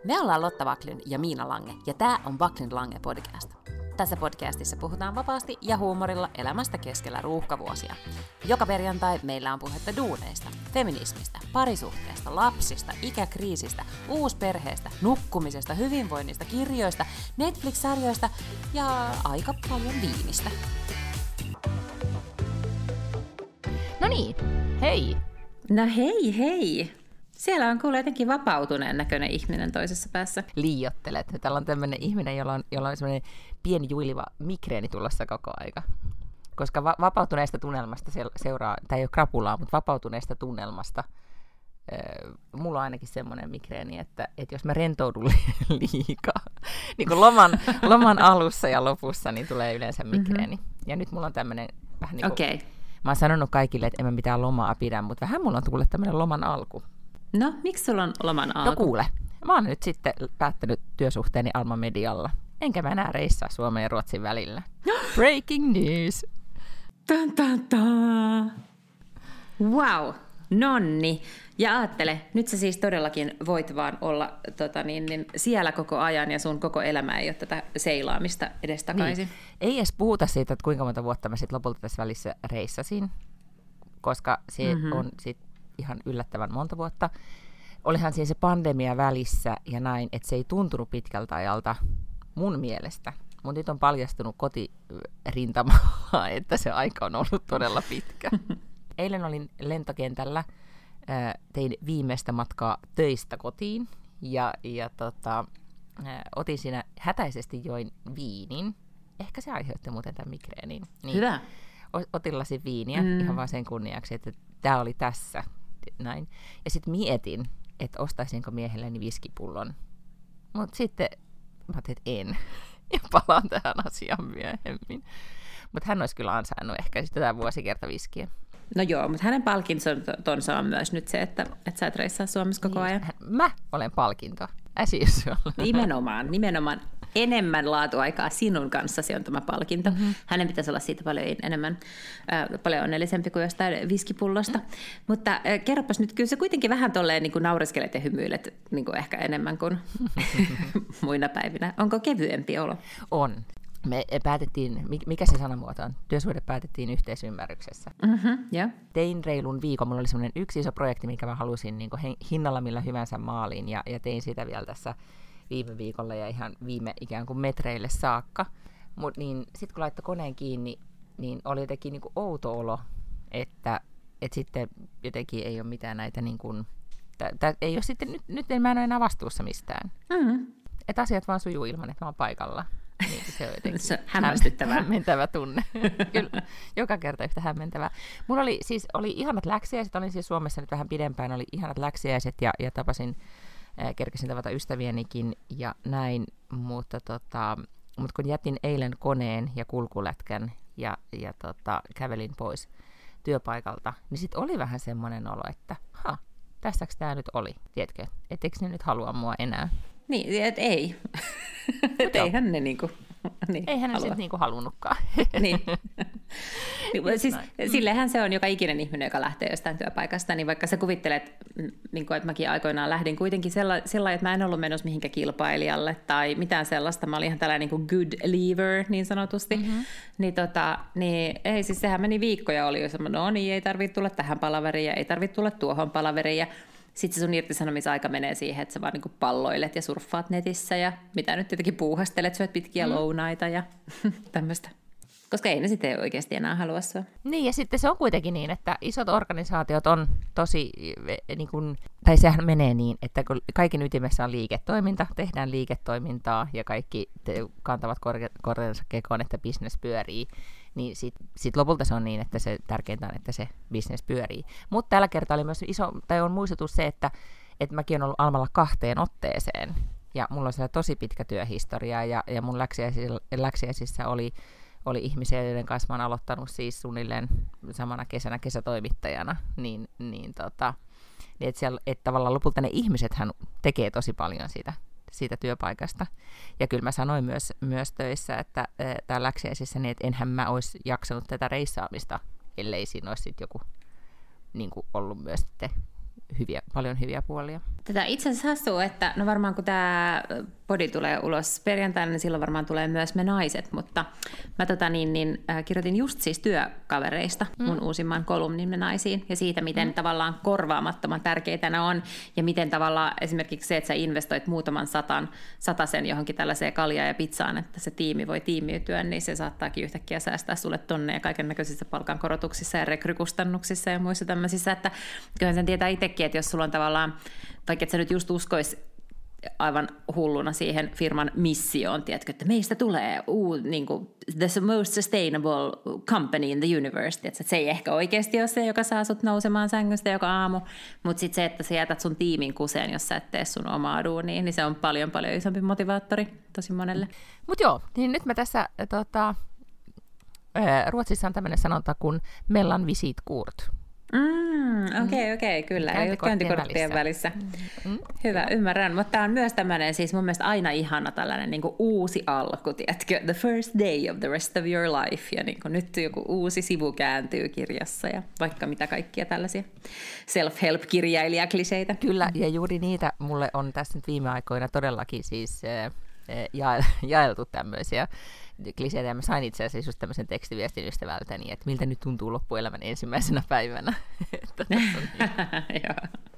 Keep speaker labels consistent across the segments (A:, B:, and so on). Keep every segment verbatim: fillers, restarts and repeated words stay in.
A: Me ollaan Lotta Wacklund ja Miina Lange, ja tää on Wacklund Lange podcast. Tässä podcastissa puhutaan vapaasti ja huumorilla elämästä keskellä ruuhkavuosia. Joka perjantai meillä on puhetta duuneista, feminismistä, parisuhteesta, lapsista, ikäkriisistä, uusperheestä, nukkumisesta, hyvinvoinnista, kirjoista, Netflix-sarjoista ja aika paljon viinistä.
B: No niin, hei!
C: No hei hei! Siellä on kuule jotenkin vapautuneen näköinen ihminen toisessa päässä.
B: Liiottelet. Täällä on tämmöinen ihminen, jolla on, jolla on semmoinen pieni juiliva migreeni tulossa koko aika. Koska va- vapautuneesta tunnelmasta se- seuraa, tämä ei ole krapulaa, mutta vapautuneesta tunnelmasta öö, mulla on ainakin semmoinen migreeni, että, että jos mä rentoudun liikaa, niin kuin loman, loman alussa ja lopussa, niin tulee yleensä migreeni. Mm-hmm. Ja nyt mulla on tämmöinen vähän niin kuin...
C: Okay.
B: Mä oon sanonut kaikille, että en mä mitään lomaa pidä, mutta vähän mulla on tullut tämmöinen loman alku.
C: No, miksi sulla on loman alku?
B: No kuule, mä oon nyt sitten päättänyt työsuhteeni Alma Medialla. Enkä mä enää reissaa Suomen ja Ruotsin välillä. Breaking news!
C: Tan, tan, tan. Wow, nonni. Ja aattele, nyt sä siis todellakin voit vaan olla tota, niin, niin, siellä koko ajan ja sun koko elämä ei ole tätä seilaamista edestakaisin.
B: Niin. Ei edes puhuta siitä, että kuinka monta vuotta mä sitten lopulta tässä välissä reissasin, koska se mm-hmm. on sitten ihan yllättävän monta vuotta. Olihan siinä se pandemia välissä ja näin, että se ei tuntunut pitkältä ajalta mun mielestä. Mutta nyt on paljastunut kotirintamalla, että se aika on ollut todella pitkä. Eilen olin lentokentällä, tein viimeistä matkaa töistä kotiin ja, ja tota, otin siinä hätäisesti join viinin. Ehkä se aiheutti muuten tämän migreenin. Niin,
C: hyvä.
B: Otin lasin viiniä mm. ihan vaan sen kunniaksi, että tämä oli tässä. Näin. Ja sitten mietin, että ostaisinko miehelleni viskipullon. Mutta sitten mä ajattelin, että en. Ja palaan tähän asiaan myöhemmin. Mutta hän olisi kyllä ansainnut ehkä sitten tätä vuosikertaviskiä.
C: No joo, mutta hänen palkintonsa on myös nyt se, että, että sä et reissaa Suomessa koko ajan.
B: Niin, mä olen palkinto. As usual.
C: Nimenomaan, nimenomaan. Enemmän laatuaikaa sinun kanssasi on tämä palkinto. Mm-hmm. Hänen pitäisi olla siitä paljon enemmän, äh, paljon onnellisempi kuin jostain viskipullosta. Mm. Mutta äh, kerropas nyt, kyllä sä kuitenkin vähän tolleen niin kuin naureskelet ja hymyilet niin kuin ehkä enemmän kuin muina päivinä. Onko kevyempi olo?
B: On. Me päätettiin, mikä se sanamuoto on? Työsuhde päätettiin yhteisymmärryksessä.
C: Mm-hmm, yeah.
B: Tein reilun viikon. Mulla oli semmoinen yksi iso projekti, minkä mä halusin niin kuin hinnalla millä hyvänsä maaliin, ja, ja tein sitä vielä tässä viime viikolla ja ihan viime ikään kuin metreille saakka. Mut niin sitten kun laittoi koneen kiinni, niin oli jotenkin niin kuin outo olo, että et sitten jotenkin ei ole mitään näitä niin kuin, tä, tä, ei ole sitten, nyt, nyt en mä en ole enää vastuussa mistään. Mm-hmm. Että asiat vaan sujuu ilman, että mä oon paikalla. Niin, se on jotenkin
C: se on hämmästyttävää.
B: Hämmentävä tunne. Kyllä, joka kerta yhtä hämmentävää. Mulla oli siis oli ihanat läksiäiset, olin siis Suomessa nyt vähän pidempään, oli ihanat läksiäiset ja, ja tapasin kerkesin tavata ystävienikin ja näin, mutta, tota, mutta kun jätin eilen koneen ja kulkulätkän ja, ja tota, kävelin pois työpaikalta, niin sitten oli vähän semmoinen olo, että ha, tässäks tämä nyt oli, tiedätkö, etteikö ne nyt halua mua enää?
C: Niin, et ei. Et eihän ne niinku... Niin,
B: eihän ne sitten niinku halunnutkaan.
C: Niin. Niin, siis, sillehän se on joka ikinen ihminen, joka lähtee jostain työpaikasta, niin vaikka sä kuvittelet, niin kuin, että mäkin aikoinaan lähdin kuitenkin sellainen, että mä en ollut menossa mihinkään kilpailijalle tai mitään sellaista, mä olin ihan tällainen niin kuin good leaver niin sanotusti, mm-hmm. niin, tota, niin ei siis sehän meni viikkoja, oli jo semmoinen, no niin, ei tarvitse tulla tähän palaveriin ja ei tarvitse tulla tuohon palaveriin ja sitten se sun irtisanomisaika menee siihen, että sä vaan niinku palloilet ja surffaat netissä ja mitä nyt tietenkin puuhastelet, syöt pitkiä mm. lounaita ja tämmöistä. Koska ei ne sitten oikeasti enää halua sua.
B: Niin ja sitten se on kuitenkin niin, että isot organisaatiot on tosi, niin kuin, tai sehän menee niin, että kun kaiken ytimessä on liiketoiminta, tehdään liiketoimintaa ja kaikki kantavat kortensa kekoon, että business pyörii, niin sitten sit lopulta se on niin, että se tärkeintä on, että se business pyörii. Mutta tällä kertaa oli myös iso, tai on muistutus se, että, että mäkin olen ollut Almalla kahteen otteeseen, ja mulla on siellä tosi pitkä työhistoria, ja, ja mun läksiäisissä oli oli ihmisiä, joiden kanssa mä oon aloittanut siis suunnilleen samana kesänä kesätoimittajana, niin, niin, tota, niin että, siellä, että tavallaan lopulta ne ihmisethän tekee tosi paljon siitä, siitä työpaikasta. Ja kyllä mä sanoin myös, myös töissä, että tää läksiäisissä, niin että enhän mä olisi jaksanut tätä reissaamista, ellei siinä olisi sit joku niin kuin ollut myös sitten hyviä, paljon hyviä puolia.
C: Tätä itse asiassa hassuu, että no varmaan kun tämä podi tulee ulos perjantaina, niin silloin varmaan tulee myös me naiset, mutta mä tota niin, niin, äh, kirjoitin just siis työkavereista mm. mun uusimman kolumnin me naisiin ja siitä, miten mm. tavallaan korvaamattoman tärkeitä ne on ja miten tavallaan esimerkiksi se, että sä investoit muutaman satan, satasen johonkin tällaiseen kaljaan ja pizzaan, että se tiimi voi tiimiytyä, niin se saattaakin yhtäkkiä säästää sulle tonneja kaiken näköisissä palkankorotuksissa ja rekrykustannuksissa ja muissa tämmöisissä, että kyllähän sen tietää itsekin, että jos sulla on tavallaan, vaikka et sä nyt just uskois aivan hulluna siihen firman missioon, tiedätkö, että meistä tulee uu, niin kuin, the most sustainable company in the universe, että se ei ehkä oikeasti ole se, joka saa sut nousemaan sängystä joka aamu, mutta sitten se, että sä jätät sun tiimin kuseen, jos sä et tee sun omaa duunia, niin se on paljon paljon isompi motivaattori tosi monelle.
B: Mutta joo, niin nyt mä tässä, tota, Ruotsissa on tämmöinen sanonta kuin mellan visit kurt.
C: Mm, okei, okay, okei, okay, kyllä. Käyntikorttien välissä. välissä. Mm-hmm. Hyvä, ymmärrän. Mutta tämä on myös tämmöinen, siis mun mielestä aina ihana tällainen niin kuin uusi alku, tiedätkö? The first day of the rest of your life. Ja niin kuin nyt joku uusi sivu kääntyy kirjassa ja vaikka mitä kaikkia tällaisia self-help-kirjailijakliseitä.
B: Kyllä, ja juuri niitä mulle on tässä nyt viime aikoina todellakin siis äh, jaeltu tämmöisiä kliseitä, ja mä sain itse asiassa just tämmöisen tekstiviestin ystävältäni, että miltä nyt tuntuu loppuelämän ensimmäisenä päivänä. Että niin.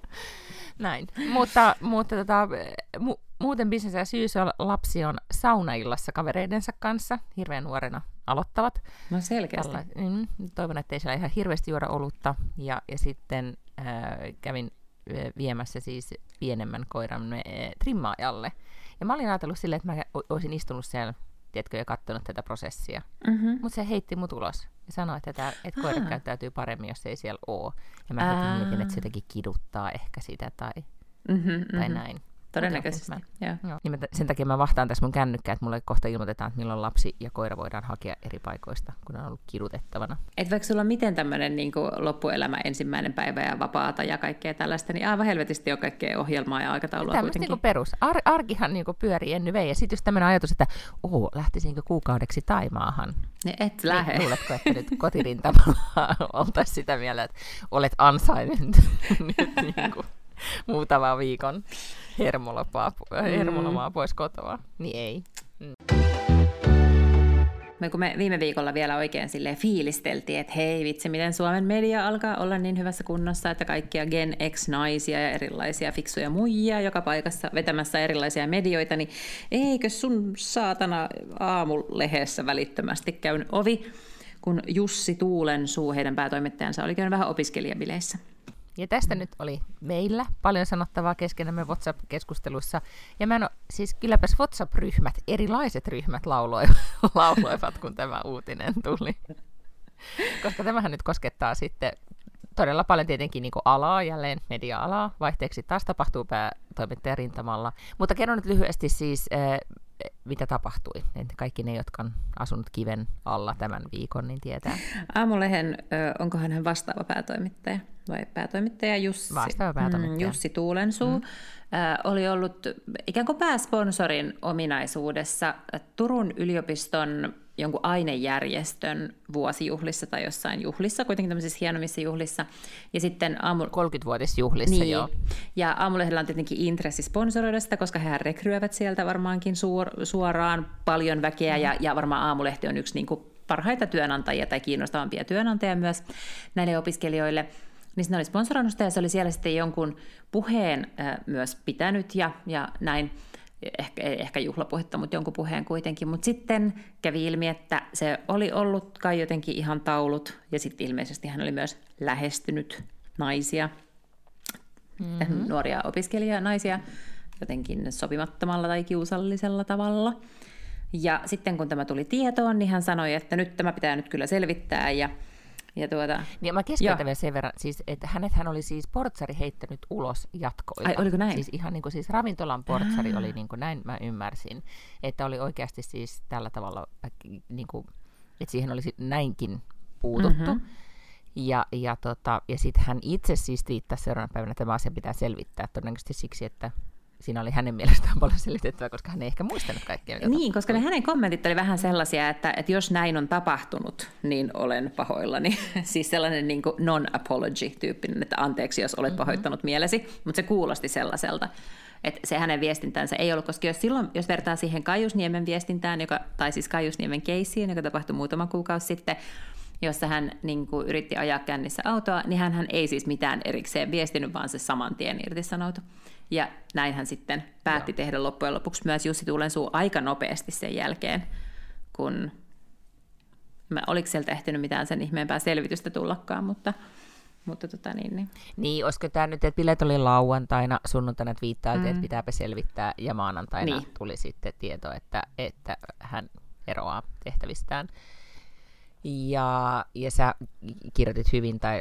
B: Näin. Mutta, mutta tota, mu- muuten business ja syys on lapsi on saunaillassa kavereidensa kanssa, hirveän nuorena aloittavat.
C: No selkeästi.
B: Tällä, mm, toivon, että ei siellä ihan hirveästi juoda olutta. Ja, ja sitten äh, kävin viemässä siis pienemmän koiran äh, trimmaajalle. Ja mä olin ajatellut silleen, että mä olisin istunut siellä, tiedätkö, ja katsonut tätä prosessia. Mm-hmm. Mutta se heitti mut ulos ja sanoi, että, tämä, että koira käyttäytyy paremmin, jos ei siellä ole. Ja mä heti mietin, että se jotenkin kiduttaa ehkä sitä tai,
C: mm-hmm,
B: tai
C: mm-hmm.
B: näin.
C: Todennäköisesti,
B: mä,
C: joo.
B: joo. Niin mä, sen takia mä vahtaan tässä mun kännykkää, että mulle kohta ilmoitetaan, että milloin lapsi ja koira voidaan hakea eri paikoista, kun on ollut kidutettavana.
C: Et vaikka sulla on miten tämmöinen niin kuin loppuelämä ensimmäinen päivä ja vapaata ja kaikkea tällaista, niin aivan helvetisti on kaikkea ohjelmaa ja aikataulua
B: tämä
C: kuitenkin.
B: Niin perus. Ar- arkihan niin pyörii enny vei. Ja sitten just tämmöinen ajatus, että oho, lähtisinkö kuukaudeksi Taimaahan?
C: Ne et lähde.
B: Niin, luuletko, että nyt kotirintamalla oltaisiin sitä mieltä, että olet ansainnut nyt niin kuin muutaman viikon hermolomaa, hermolomaa pois kotoa, niin ei. Mm.
C: Me, kun me viime viikolla vielä oikein silleen fiilisteltiin, että hei vitsi, miten Suomen media alkaa olla niin hyvässä kunnossa, että kaikkia Gen X-naisia ja erilaisia fiksuja muijia joka paikassa vetämässä erilaisia medioita, niin eikö sun saatana aamulehdessä välittömästi käynyt ovi, kun Jussi Tuulensuu, heidän päätoimittajansa, oli käynyt vähän opiskelijabileissä.
B: Ja tästä nyt oli meillä paljon sanottavaa keskenämme WhatsApp-keskusteluissa. Ja mä en ole, siis kylläpäs WhatsApp-ryhmät, erilaiset ryhmät lauloivat, lauloivat, kun tämä uutinen tuli. Koska tämähän nyt koskettaa sitten todella paljon tietenkin niin kuin alaa, jälleen media-alaa. Vaihteeksi taas tapahtuu päätoimittajan rintamalla. Mutta kerron nyt lyhyesti siis, äh, mitä tapahtui. Et kaikki ne, jotka on asunut kiven alla tämän viikon, niin tietää.
C: Aamulehen, onkohan hän vastaava päätoimittaja vai päätoimittaja Jussi,
B: vastaava päätoimittaja.
C: Mm, Jussi Tuulensuu, mm. äh, oli ollut ikään kuin pääsponsorin ominaisuudessa Turun yliopiston jonkun ainejärjestön vuosijuhlissa tai jossain juhlissa, kuitenkin tämmöisissä hienommissa juhlissa. Ja sitten aamu...
B: kolmekymmenvuotisjuhlissa,
C: niin.
B: joo.
C: Ja Aamulehdellä on tietenkin intressi sponsoroida sitä, koska he rekryävät sieltä varmaankin suor- suoraan paljon väkeä, mm. ja, ja varmaan Aamulehti on yksi niin kuin parhaita työnantajia tai kiinnostavampia työnantajia myös näille opiskelijoille. Niin ne oli sponsoroinut sitä, ja se oli siellä sitten jonkun puheen äh, myös pitänyt, ja, ja näin. Ehkä, ehkä juhlapuhetta, mutta jonkun puheen kuitenkin. Mutta sitten kävi ilmi, että se oli ollut kai jotenkin ihan taulut, ja sitten ilmeisesti hän oli myös lähestynyt naisia, mm-hmm. nuoria opiskelijanaisia, jotenkin sopimattomalla tai kiusallisella tavalla. Ja sitten kun tämä tuli tietoon, niin hän sanoi, että nyt tämä pitää nyt kyllä selvittää, ja Ja tuota,
B: niin mä keskeytän vielä sen verran, siis, että hänet hän oli siis portsari heittänyt ulos jatkoilta.
C: Ai, oliko näin?
B: Siis ihan niin kuin siis ravintolan portsari oli niin kuin näin, mä ymmärsin, että oli oikeasti siis tällä tavalla, niin kuin, että siihen olisi näinkin puututtu. Mm-hmm. Ja, ja, tota, ja sitten hän itse siis viittasi seuraavana päivänä, että tämä asia pitää selvittää todennäköisesti siksi, että siinä oli hänen mielestään paljon selitettävää, koska hän ei ehkä muistanut kaikkea.
C: Niin, koska ne hänen kommentit oli vähän sellaisia, että, että jos näin on tapahtunut, niin olen pahoillani. Siis sellainen niin kuin non-apology-tyyppinen, että anteeksi, jos olet mm-hmm. pahoittanut mielesi, mutta se kuulosti sellaiselta. Että se hänen viestintänsä ei ollut, koska jos, silloin, jos vertaa siihen Kaijusniemen viestintään, joka, tai siis Kaijusniemen keissiin, joka tapahtui muutama kuukausi sitten, jossa hän niin kuin, yritti ajaa kännissä autoa, niin hän ei siis mitään erikseen viestinyt, vaan se saman tien irtisanoutui. Ja näin hän sitten päätti Joo. tehdä loppujen lopuksi myös Jussi Tuulensuu aika nopeasti sen jälkeen, kun mä, oliko sieltä ehtinyt mitään sen ihmeempää selvitystä tullakaan, mutta... Mutta tota niin, niin.
B: niin, olisiko tämä nyt, että bileet oli lauantaina, sunnuntaina viittailtiin, mm. että pitääpä selvittää, ja maanantaina niin. tuli sitten tieto, että, että hän eroaa tehtävistään. Ja, ja sä kirjoitit hyvin, tai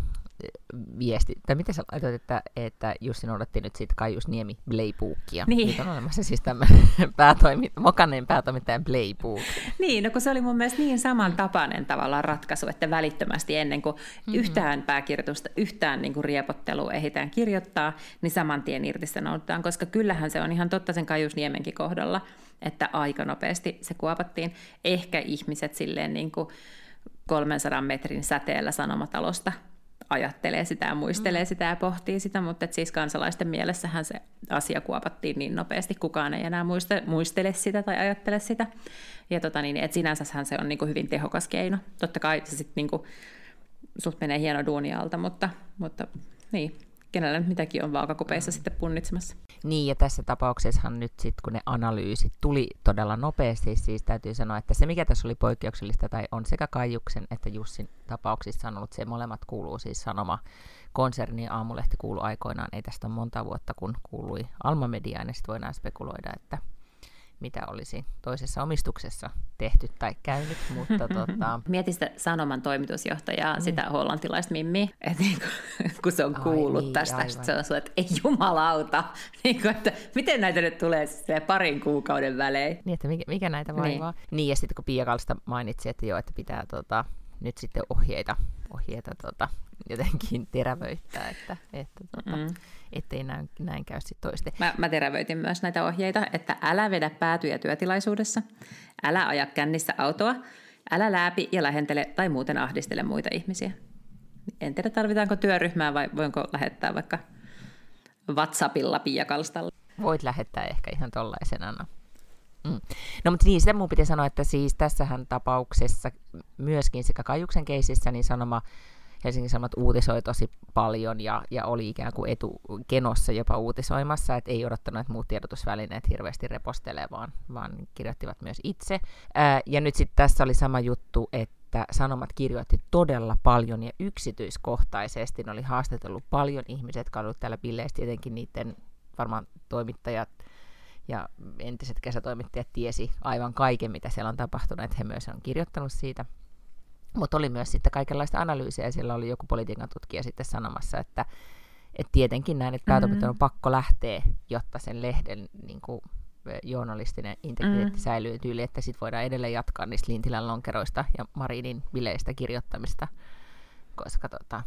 B: viesti, tai miten sä laitoit, että, että Jussi noudatti nyt siitä Kaijusniemi playbookia. Niin. Nyt on olemassa siis tämmöinen päätoimi, mokanneen päätoimittajan playbook.
C: Niin, no kun se oli mun mielestä niin samantapainen tavallaan ratkaisu, että välittömästi ennen kuin mm-hmm. yhtään pääkirjoitusta, yhtään niin kuin riepottelua ehditään kirjoittaa, niin saman tien irtisanoudutaan, koska kyllähän se on ihan totta sen Kaijusniemenkin kohdalla, että aika nopeasti se kuopattiin. Ehkä ihmiset silleen niin kuin kolmensadan metrin säteellä Sanomatalosta ajattelee sitä ja muistelee sitä ja pohtii sitä, mutta et siis kansalaisten mielessähän se asia kuopattiin niin nopeasti, kukaan ei enää muiste, muistele sitä tai ajattele sitä. Ja tota niin, et sinänsähän se on niinku hyvin tehokas keino. Totta kai se sitten niinku, sut menee hieno duuni alta, mutta, mutta niin, kenellä nyt mitäkin on vaakakupeissa sitten punnitsemassa.
B: Niin, ja tässä tapauksessahan nyt sitten, kun ne analyysit tuli todella nopeasti, siis täytyy sanoa, että se mikä tässä oli poikkeuksellista, tai on sekä Kaijuksen että Jussin tapauksissa on ollut se, molemmat kuuluu siis Sanoma konserni ja Aamulehti kuului aikoinaan, ei tästä ole monta vuotta, kun kuului Alma Mediaan, ja sitten voidaan spekuloida, että mitä olisi toisessa omistuksessa tehty tai käynyt, mutta tota...
C: Mieti sitä Sanoman toimitusjohtajaa, mm. sitä hollantilaista mimmiä, että niin kun, kun se on kuullut Ai, tästä, niin, se on sellainen, että ei jumalauta, niin kun, että miten näitä nyt tulee parin kuukauden välein.
B: Niin, että mikä, mikä näitä vaivaa. Niin, niin ja sitten kun Pia Kalsta mainitsi, että joo, että pitää tota, nyt sitten ohjeita, ohjeita tota, jotenkin terävöittää, että, että tota, mm. ettei näin, näin käy sitten toiste.
C: Mä, mä terävöitin myös näitä ohjeita, että älä vedä päätyjä työtilaisuudessa, älä aja kännissä autoa, älä lääpi ja lähentele tai muuten ahdistele muita ihmisiä. En tiedä, tarvitaanko työryhmää vai voinko lähettää vaikka WhatsAppilla Pia Kalstalle.
B: Voit lähettää ehkä ihan tollaisena. No. Mm. No mutta niin, sitä mun piti sanoa, että siis tässähän tapauksessa myöskin sekä Kaijuksen keisissä, niin Sanoma, Helsingin Sanomat uutisoi tosi paljon ja, ja oli ikään kuin etukenossa jopa uutisoimassa, että ei odottanut, että muut tiedotusvälineet hirveästi repostelee, vaan, vaan kirjoittivat myös itse. Ää, ja nyt sitten tässä oli sama juttu, että Sanomat kirjoitti todella paljon ja yksityiskohtaisesti. Ne oli haastatellut paljon ihmiset, jotka olivat täällä bileissä, tietenkin niiden varmaan toimittajat ja entiset kesätoimittajat tiesi aivan kaiken, mitä siellä on tapahtunut, että he myös on kirjoittanut siitä. Mutta oli myös sitten kaikenlaista analyysiä, ja siellä oli joku politiikan tutkija sitten sanomassa, että, että tietenkin näin, että päätoimittajan on pakko lähteä, jotta sen lehden niin kuin, journalistinen integriteetti mm. säilyy tyyli, että sitten voidaan edelleen jatkaa niistä Lintilän lonkeroista ja Marinin bileistä kirjoittamista, koska tota,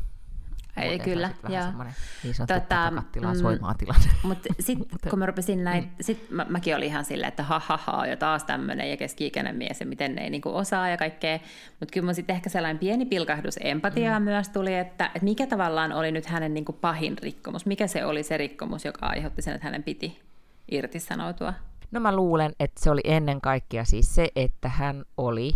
C: ei kyllä,
B: joo. Niin sanottu tota, kattilaan soimaa tilanne.
C: Mutta sitten kun mä rupesin näin, mm. sit mä, mäkin olin ihan silleen, että ha ha ha, ja taas tämmöinen ja keski-ikäinen mies, ja miten ne ei niinku osaa ja kaikkea. Mutta kyllä mun sitten ehkä sellainen pieni pilkahdus empatiaa mm. myös tuli, että, että mikä tavallaan oli nyt hänen niinku pahin rikkomus. Mikä se oli se rikkomus, joka aiheutti sen, että hänen piti irtisanoutua?
B: No mä luulen, että se oli ennen kaikkea siis se, että hän oli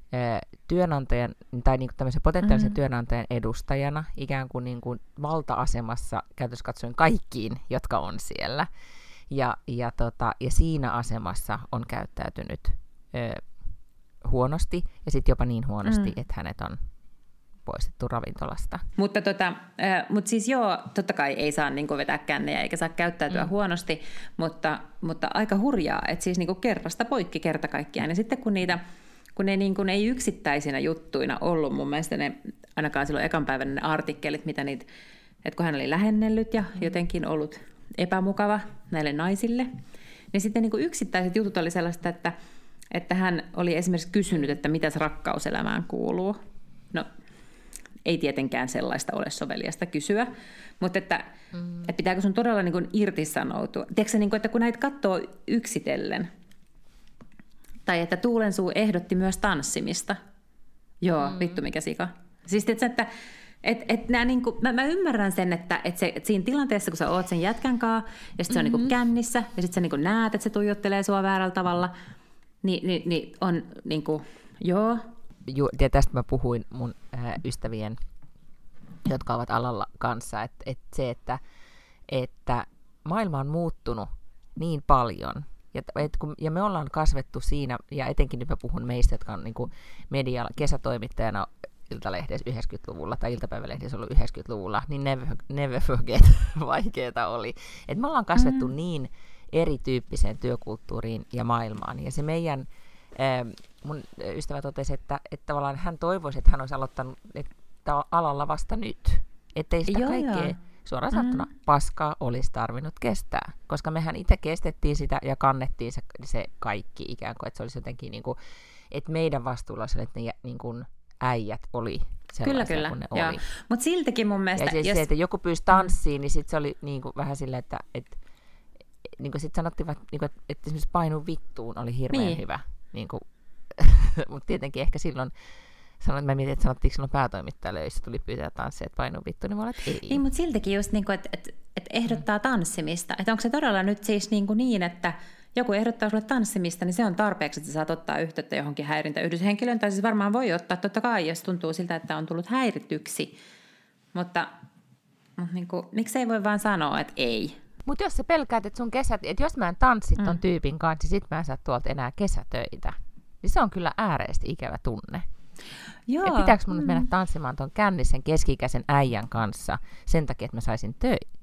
B: työnantajan tai niin kuin tämmöisen potentiaalisen mm. työnantajan edustajana ikään kuin, niin kuin valta-asemassa käytössä katsoen kaikkiin, jotka on siellä. Ja, ja, tota, ja siinä asemassa on käyttäytynyt ö, huonosti ja sitten jopa niin huonosti, mm. että hänet on poistettu ravintolasta.
C: Mutta tota, äh, mut siis joo, totta kai ei saa niinku vetää kännejä eikä saa käyttäytyä mm. huonosti, mutta, mutta aika hurjaa, että siis niinku kerrasta poikki kerta kaikkiaan. Ja sitten kun niitä kun ne niin kuin ei yksittäisinä juttuina ollut mun mielestä ne, ainakaan silloin ekan päivänä ne artikkelit, mitä niitä, että kun hän oli lähennellyt ja jotenkin ollut epämukava näille naisille, niin sitten niin kuin yksittäiset jutut oli sellaista, että, että hän oli esimerkiksi kysynyt, että mitäs rakkauselämään kuuluu. No ei tietenkään sellaista ole soveliasta kysyä, mutta että, mm. että pitääkö sun todella niin kuin irtisanoutua. Tiedätkö niin kuin, että kun näitä katsoo yksitellen, tai että Tuulensuu ehdotti myös tanssimista. Joo, mm. vittu mikä sika. Siis tiedätkö, että et, et nää niinku, mä, mä ymmärrän sen, että et se, et siinä tilanteessa, kun sä oot sen jätkän kanssa, ja sitten se on mm-hmm. niinku kännissä, ja sitten sä niinku näet, että se tuijottelee sua väärällä tavalla, niin, niin, niin on niinku, joo.
B: Ju, ja tästä mä puhuin mun äh, ystävien, jotka ovat alalla kanssa, että et se, että, että maailma on muuttunut niin paljon, ja, et kun, ja me ollaan kasvettu siinä, ja etenkin nyt mä puhun meistä, jotka on niinku medialla kesätoimittajana Iltalehdessä yhdeksänkymmentäluvulla tai iltapäivälehdessä ollut yhdeksänkymmentäluvulla, niin never, never forget vaikeeta oli. Et me ollaan kasvettu mm. niin erityyppiseen työkulttuuriin ja maailmaan. Ja se meidän, äh, mun ystävä totesi, että, että tavallaan hän toivoisi, että hän olisi aloittanut että alalla vasta nyt. Ettei sitä joo, kaikkea joo. suoraan mm. sattuna paskaa olisi tarvinnut kestää. Koska mehän itse kestettiin sitä ja kannettiin se, se kaikki ikään kuin, että se olisi jotenkin niin kuin, että meidän vastuulla olisi, että ne niin kuin äijät oli sellaisia kyllä, kyllä. kuin ne joo. oli.
C: Mutta siltikin mun mielestä...
B: Ja siis jos... se, että joku pyysi tanssiin, niin sit se oli niinku vähän silleen, että et, niinku sit sanottiin, että, niinku, että, että esimerkiksi painu vittuun oli hirveän niin. hyvä. Niinku, mutta tietenkin ehkä silloin, sanoin, että mä mietin, että sanottiinko silloin päätoimittajalle, jos tuli pyytää tanssia, että painu vittuun, niin voi olla, että ei.
C: Niin, mutta siltikin just, niinku, että, että, että ehdottaa tanssimista. Että onko se todella nyt siis niinku niin, että joku ehdottaa sulle tanssimista, niin se on tarpeeksi, että sä saat ottaa yhteyttä johonkin häirintäyhdyshenkilöön. Tai siis varmaan voi ottaa, totta kai, jos tuntuu siltä, että on tullut häirityksi. Mutta, mutta niin kuin, miksei voi vaan sanoa, että ei.
B: Mutta jos sä pelkäät, että sun kesät, että jos mä en tanssit ton mm. tyypin kanssa, niin sit mä en saa tuolta enää kesätöitä. Niin se on kyllä ääreesti ikävä tunne. Joo. Et pitääkö mun mm. mennä tanssimaan ton kännisen keski-ikäisen äijän kanssa sen takia, että mä saisin töitä?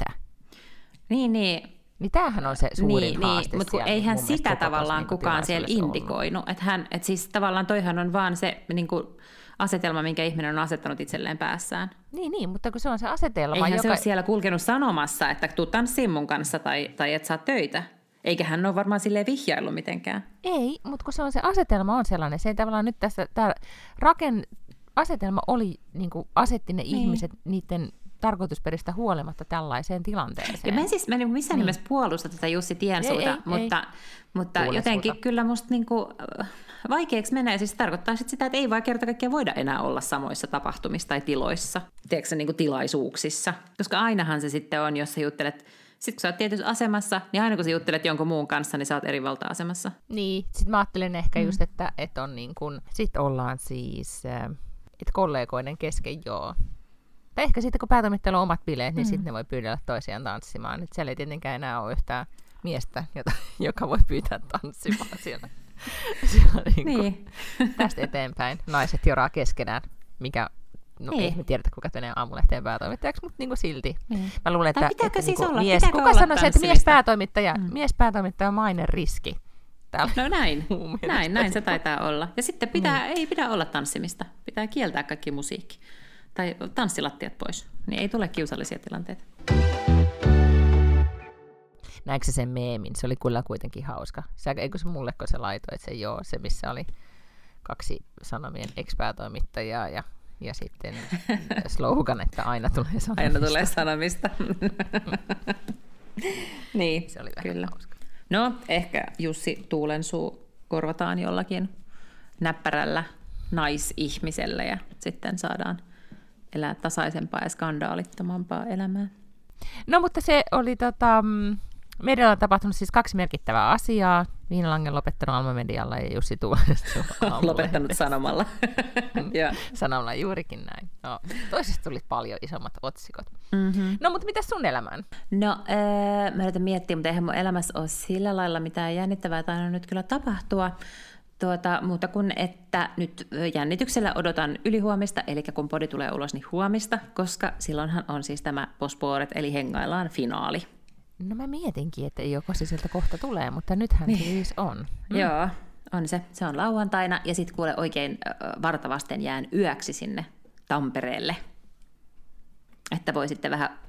C: Niin, niin.
B: Niin tämähän on se suurin
C: niin,
B: haaste
C: niin, mutta eihän sitä tavallaan niin kukaan siellä indikoinut. Että hän, et siis tavallaan toihan on vaan se niin kuin asetelma, minkä ihminen on asettanut itselleen päässään.
B: Niin, niin, mutta kun se on se asetelma...
C: Eihän
B: joka...
C: se ole siellä kulkenut sanomassa, että tuu tanssiin mun kanssa tai, tai et saa töitä. Eikä hän ole varmaan silleen vihjaillut mitenkään.
B: Ei, mutta kun se on se asetelma on sellainen, se ei tavallaan nyt tässä... Tämä raken, asetelma oli, niin kuin asetti ne niin. ihmiset niiden... tarkoitusperistä huolimatta tällaiseen tilanteeseen.
C: Ja mä en siis mä en missään niin. nimessä puolusta tätä Jussi Tiensuuta, ei, mutta, ei. mutta jotenkin kyllä musta niinku, vaikeaksi menee. Siis tarkoittaa sit sitä, että ei vaan kerta kaikkiaan voida enää olla samoissa tapahtumissa tai tiloissa, tiedätkö, niinku tilaisuuksissa. Koska ainahan se sitten on, jos sä juttelet, sit kun sä oot tietyssä asemassa, niin aina kun sä juttelet jonkun muun kanssa, niin sä oot eri valta-asemassa.
B: Niin, sit mä ajattelen ehkä mm. just, että, että on niin kuin, sit ollaan siis, että kollegoiden kesken joo. Tai ehkä sitten, kun päätoimittajalla on omat bileet, niin mm. sitten ne voi pyydellä toisiaan tanssimaan. Et siellä ei tietenkään enää ole yhtään miestä, jota, joka voi pyytää tanssimaan siellä. siellä niin niin. Tästä eteenpäin naiset joraa keskenään, mikä, no ei, ei me tiedetä, kuka menee Aamulehteen päätoimittajaksi, mutta niin kuin silti. Mm. Mä luulen, että, että
C: siis
B: niin
C: olla?
B: mies, kuka sanoisi, että miespäätoimittaja, mm. miespäätoimittaja on mainen riski. Täällä.
C: No näin, näin, näin se taitaa olla. Ja sitten pitää, mm. ei pidä olla tanssimista, pitää kieltää kaikki musiikki. Tai tanssilattiat pois, niin ei tule kiusallisia tilanteita.
B: Näetkö sen meemin? Se oli kyllä kuitenkin hauska. Sä, eikö se mulle, kun se laitoi, että se joo, se missä oli kaksi Sanomien ex-päätoimittajaa ja, ja sitten slogan, että aina tulee sanomista.
C: Aina tulee sanomista. Niin,
B: se oli vähän kyllä. hauska.
C: No, ehkä Jussi Tuulensuu korvataan jollakin näppärällä naisihmisellä ja sitten saadaan elää tasaisempaa ja skandaalittomampaa elämää.
B: No, mutta se oli tota, medialla on tapahtunut siis kaksi merkittävää asiaa. Viina Lange lopettanut Alma Medialla ja Jussi Tuulensuu
C: lopettanut Sanomalla.
B: Sanomalla juurikin näin. No, toisesta tuli paljon isommat otsikot.
C: Mm-hmm.
B: No, mutta mitäs sun elämään?
C: No, äh, mä yritän miettiä, mutta eihän mun elämässä ole sillä lailla mitään jännittävää tainnut nyt kyllä tapahtua. Tuota, muuta kuin, että nyt jännityksellä odotan ylihuomista, eli kun podi tulee ulos, niin huomista, koska silloinhan on siis tämä Posporet, eli hengaillaan finaali.
B: No mä mietinkin, että joko se sieltä kohta tulee, mutta nythän niin. siis on.
C: Mm. Joo, on se. Se on lauantaina, ja sitten kuule oikein vartavasten jään yöksi sinne Tampereelle. Että voi sitten vähän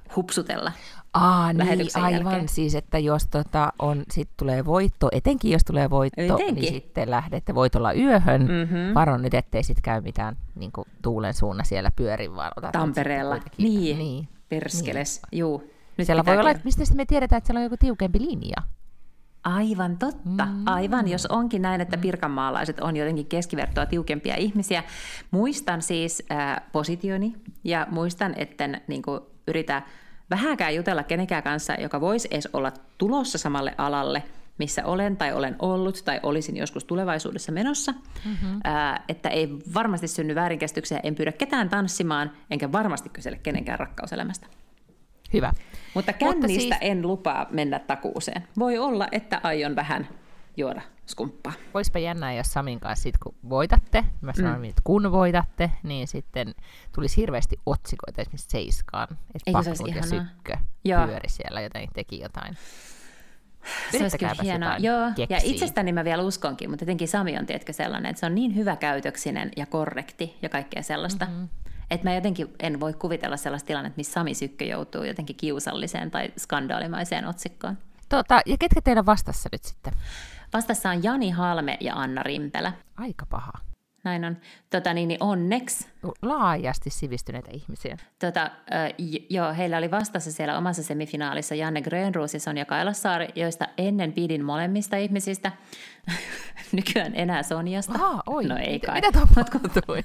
C: hupsutella.
B: Aa, niin, aivan.
C: Jälkeen.
B: Siis, että jos tota on, sit tulee voitto, etenkin jos tulee voitto,
C: Etenkin.
B: niin sitten lähdette voitolla yöhön.
C: Mm-hmm.
B: Varon nyt, ettei sit käy mitään niin kuin tuulen suunna siellä pyörin, vaan otat
C: Tampereella. Niin, niin. Perskeles. Niin. Juu.
B: Nyt siellä voi olla, että mistä me tiedetään, että siellä on joku tiukempi linja.
C: Aivan totta. Mm. Aivan, jos onkin näin, että pirkanmaalaiset on jotenkin keskivertoa tiukempia ihmisiä. Muistan siis äh, positioni ja muistan, etten niin kuin, yritä vähänkään jutella kenenkään kanssa, joka voisi edes olla tulossa samalle alalle, missä olen tai olen ollut tai olisin joskus tulevaisuudessa menossa. Mm-hmm. Ää, että ei varmasti synny väärinkäsityksiä, en pyydä ketään tanssimaan, enkä varmasti kysele kenenkään rakkauselämästä.
B: Hyvä.
C: Mutta kännistä Mutta siis... en lupaa mennä takuuseen. Voi olla, että aion vähän juoda skumppaa.
B: Voispa jännää, jos Samin kanssa sit, kun voitatte, mä sanon, mm. että kun voitatte, niin sitten tulisi hirveästi otsikoita esimerkiksi Seiskaan, että Paknut ja Sykkö Joo. pyöri siellä, joten teki jotain.
C: Se olisi kyllä hienoa. Joo, ja itsestäni mä vielä uskonkin, mutta jotenkin Sami on tietkö sellainen, että se on niin hyväkäytöksinen ja korrekti ja kaikkea sellaista, mm-hmm. että mä jotenkin en voi kuvitella sellaista tilannetta, missä Sami Sykkö joutuu jotenkin kiusalliseen tai skandaalimaiseen otsikkoon.
B: Tota, ja ketkä teillä vastassa nyt sitten?
C: Vastassa on Jani Halme ja Anna Rimpelä.
B: Aika paha.
C: Näin on. Tota, niin, niin onneksi.
B: Laajasti sivistyneitä ihmisiä.
C: Tota, äh, j- joo, heillä oli vastassa siellä omassa semifinaalissa Janne Grönroos ja Sonja Kailassaari, joista ennen pidin molemmista ihmisistä. Nykyään enää Sonjasta.
B: Aha, oi.
C: No ei kai.
B: Mitä tapahtui?